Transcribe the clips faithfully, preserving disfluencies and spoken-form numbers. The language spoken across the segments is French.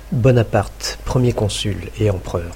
Bonaparte, premier consul et empereur.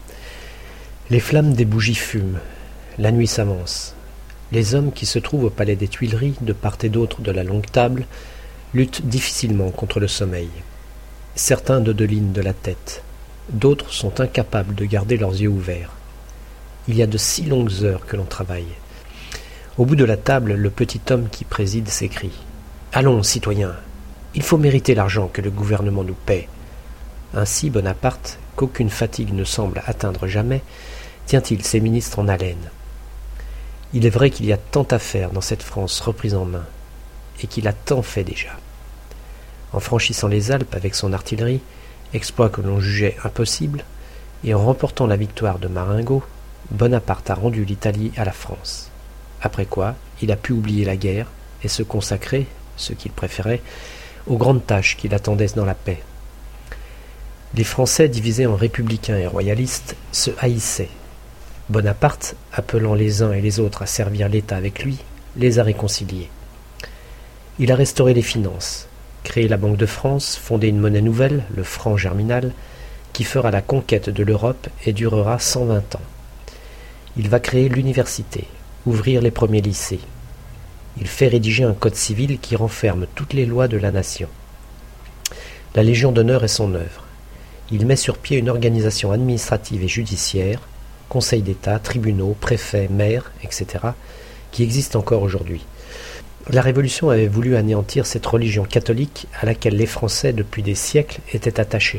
Les flammes des bougies fument, la nuit s'avance. Les hommes qui se trouvent au palais des Tuileries, de part et d'autre de la longue table, luttent difficilement contre le sommeil. Certains dodelinent de la tête, d'autres sont incapables de garder leurs yeux ouverts. Il y a de si longues heures que l'on travaille. Au bout de la table, le petit homme qui préside s'écrie « Allons, citoyens, il faut mériter l'argent que le gouvernement nous paie. » Ainsi Bonaparte, qu'aucune fatigue ne semble atteindre jamais, tient-il ses ministres en haleine. Il est vrai qu'il y a tant à faire dans cette France reprise en main, et qu'il a tant fait déjà. En franchissant les Alpes avec son artillerie, exploit que l'on jugeait impossible, et en remportant la victoire de Marengo, Bonaparte a rendu l'Italie à la France. Après quoi, il a pu oublier la guerre et se consacrer, ce qu'il préférait, aux grandes tâches qui l'attendaient dans la paix. Les Français, divisés en républicains et royalistes, se haïssaient. Bonaparte, appelant les uns et les autres à servir l'État avec lui, les a réconciliés. Il a restauré les finances, créé la Banque de France, fondé une monnaie nouvelle, le franc germinal, qui fera la conquête de l'Europe et durera cent vingt ans. Il va créer l'université, ouvrir les premiers lycées. Il fait rédiger un code civil qui renferme toutes les lois de la nation. La Légion d'honneur est son œuvre. Il met sur pied une organisation administrative et judiciaire, conseil d'État, tribunaux, préfets, maires, et cetera, qui existent encore aujourd'hui. La Révolution avait voulu anéantir cette religion catholique à laquelle les Français, depuis des siècles, étaient attachés.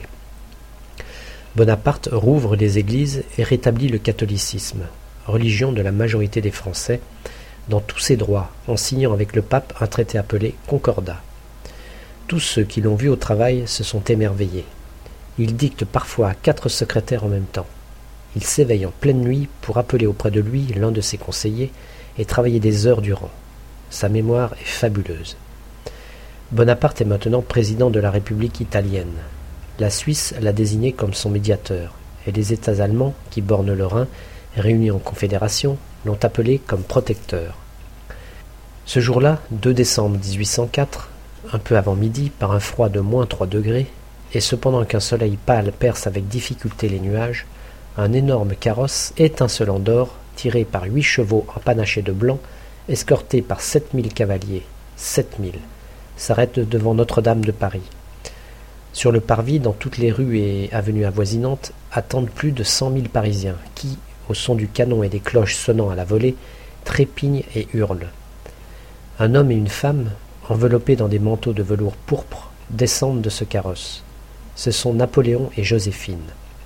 Bonaparte rouvre les églises et rétablit le catholicisme, religion de la majorité des Français, dans tous ses droits, en signant avec le pape un traité appelé Concordat. Tous ceux qui l'ont vu au travail se sont émerveillés. Il dicte parfois à quatre secrétaires en même temps. Il s'éveille en pleine nuit pour appeler auprès de lui l'un de ses conseillers et travailler des heures durant. Sa mémoire est fabuleuse. Bonaparte est maintenant président de la République italienne. La Suisse l'a désigné comme son médiateur, et les États allemands, qui bornent le Rhin, réunis en confédération, l'ont appelé comme protecteur. Ce jour-là, deux décembre mille huit cent quatre, un peu avant midi, par un froid de moins trois degrés, et cependant qu'un soleil pâle perce avec difficulté les nuages, un énorme carrosse étincelant d'or, tiré par huit chevaux empanachés de blanc, escorté par sept mille cavaliers, sept mille, s'arrête devant Notre-Dame de Paris. Sur le parvis, dans toutes les rues et avenues avoisinantes, attendent plus de cent mille Parisiens qui, au son du canon et des cloches sonnant à la volée, trépignent et hurlent. Un homme et une femme, enveloppés dans des manteaux de velours pourpre, descendent de ce carrosse. Ce sont Napoléon et Joséphine.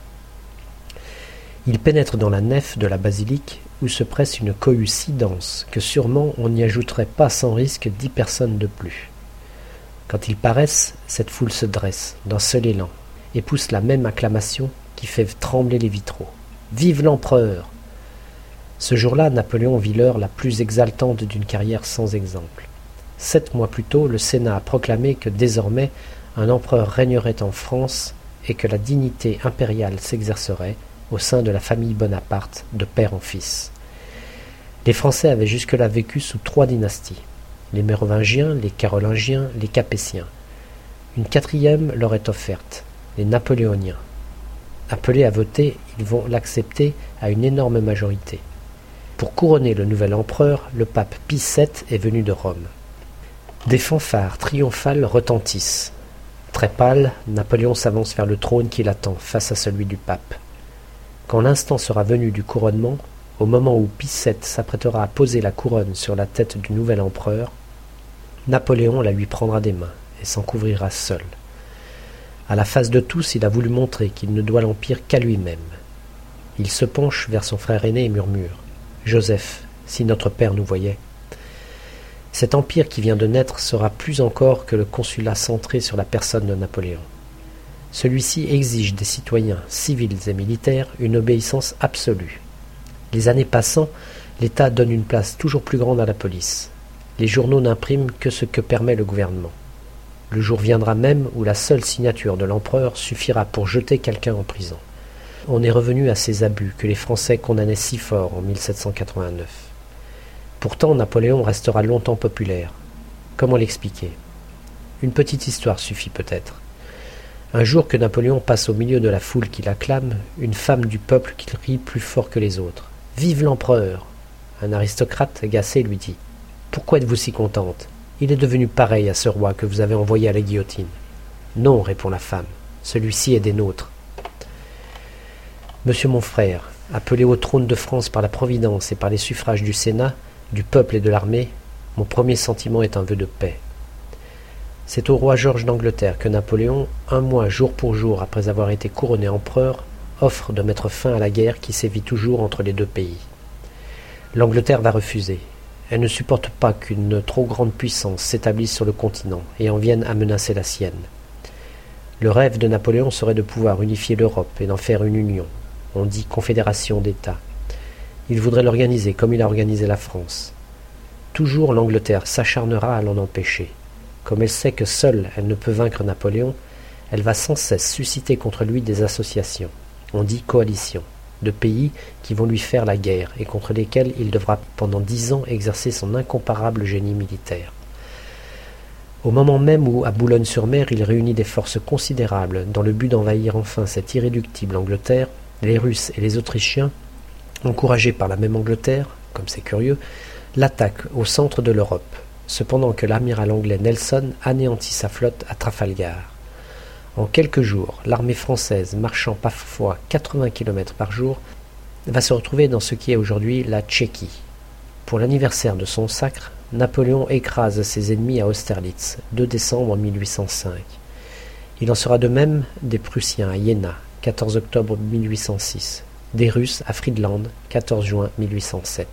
Ils pénètrent dans la nef de la basilique où se presse une cohue si dense que sûrement on n'y ajouterait pas sans risque dix personnes de plus. Quand ils paraissent, cette foule se dresse d'un seul élan et pousse la même acclamation qui fait trembler les vitraux. Vive l'empereur! Ce jour-là, Napoléon vit l'heure la plus exaltante d'une carrière sans exemple. Sept mois plus tôt, le Sénat a proclamé que désormais un empereur régnerait en France et que la dignité impériale s'exercerait au sein de la famille Bonaparte, de père en fils. Les Français avaient jusque-là vécu sous trois dynasties, les Mérovingiens, les Carolingiens, les Capétiens. Une quatrième leur est offerte, les Napoléoniens. Appelés à voter, ils vont l'accepter à une énorme majorité. Pour couronner le nouvel empereur, le pape Pie sept est venu de Rome. Des fanfares triomphales retentissent. Très pâle, Napoléon s'avance vers le trône qui l'attend face à celui du pape. Quand l'instant sera venu du couronnement, au moment où Pie sept s'apprêtera à poser la couronne sur la tête du nouvel empereur, Napoléon la lui prendra des mains et s'en couvrira seul. À la face de tous, il a voulu montrer qu'il ne doit l'empire qu'à lui-même. Il se penche vers son frère aîné et murmure « Joseph, si notre père nous voyait !» Cet empire qui vient de naître sera plus encore que le consulat centré sur la personne de Napoléon. Celui-ci exige des citoyens, civils et militaires, une obéissance absolue. Les années passant, l'État donne une place toujours plus grande à la police. Les journaux n'impriment que ce que permet le gouvernement. Le jour viendra même où la seule signature de l'empereur suffira pour jeter quelqu'un en prison. On est revenu à ces abus que les Français condamnaient si fort en mille sept cent quatre-vingt-neuf. Pourtant, Napoléon restera longtemps populaire. Comment l'expliquer ? Une petite histoire suffit peut-être. Un jour que Napoléon passe au milieu de la foule qui l'acclame, une femme du peuple qui rit plus fort que les autres. « Vive l'empereur !» Un aristocrate agacé lui dit « Pourquoi êtes-vous si contente? Il est devenu pareil à ce roi que vous avez envoyé à la guillotine. »« Non, répond la femme, celui-ci est des nôtres. »« Monsieur mon frère, appelé au trône de France par la Providence et par les suffrages du Sénat, du peuple et de l'armée, mon premier sentiment est un vœu de paix. C'est au roi Georges d'Angleterre que Napoléon, un mois jour pour jour après avoir été couronné empereur, offre de mettre fin à la guerre qui sévit toujours entre les deux pays. L'Angleterre va refuser. Elle ne supporte pas qu'une trop grande puissance s'établisse sur le continent et en vienne à menacer la sienne. Le rêve de Napoléon serait de pouvoir unifier l'Europe et d'en faire une union. On dit confédération d'États. Il voudrait l'organiser comme il a organisé la France. Toujours l'Angleterre s'acharnera à l'en empêcher. Comme elle sait que seule elle ne peut vaincre Napoléon, elle va sans cesse susciter contre lui des associations, on dit coalitions, de pays qui vont lui faire la guerre et contre lesquels il devra pendant dix ans exercer son incomparable génie militaire. Au moment même où, à Boulogne-sur-Mer, il réunit des forces considérables dans le but d'envahir enfin cette irréductible Angleterre, les Russes et les Autrichiens, encouragés par la même Angleterre, comme c'est curieux, l'attaquent au centre de l'Europe, cependant que l'amiral anglais Nelson anéantit sa flotte à Trafalgar. En quelques jours, l'armée française, marchant parfois quatre-vingts kilomètres par jour, va se retrouver dans ce qui est aujourd'hui la Tchéquie. Pour l'anniversaire de son sacre, Napoléon écrase ses ennemis à Austerlitz, deux décembre mille huit cent cinq. Il en sera de même des Prussiens à Iéna, quatorze octobre mille huit cent six, des Russes à Friedland, quatorze juin mille huit cent sept.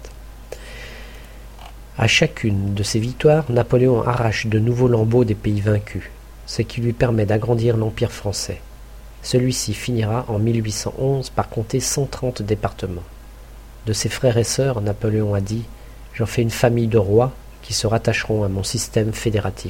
À chacune de ces victoires, Napoléon arrache de nouveaux lambeaux des pays vaincus, ce qui lui permet d'agrandir l'Empire français. Celui-ci finira en mille huit cent onze par compter cent trente départements. De ses frères et sœurs, Napoléon a dit « J'en fais une famille de rois qui se rattacheront à mon système fédératif ».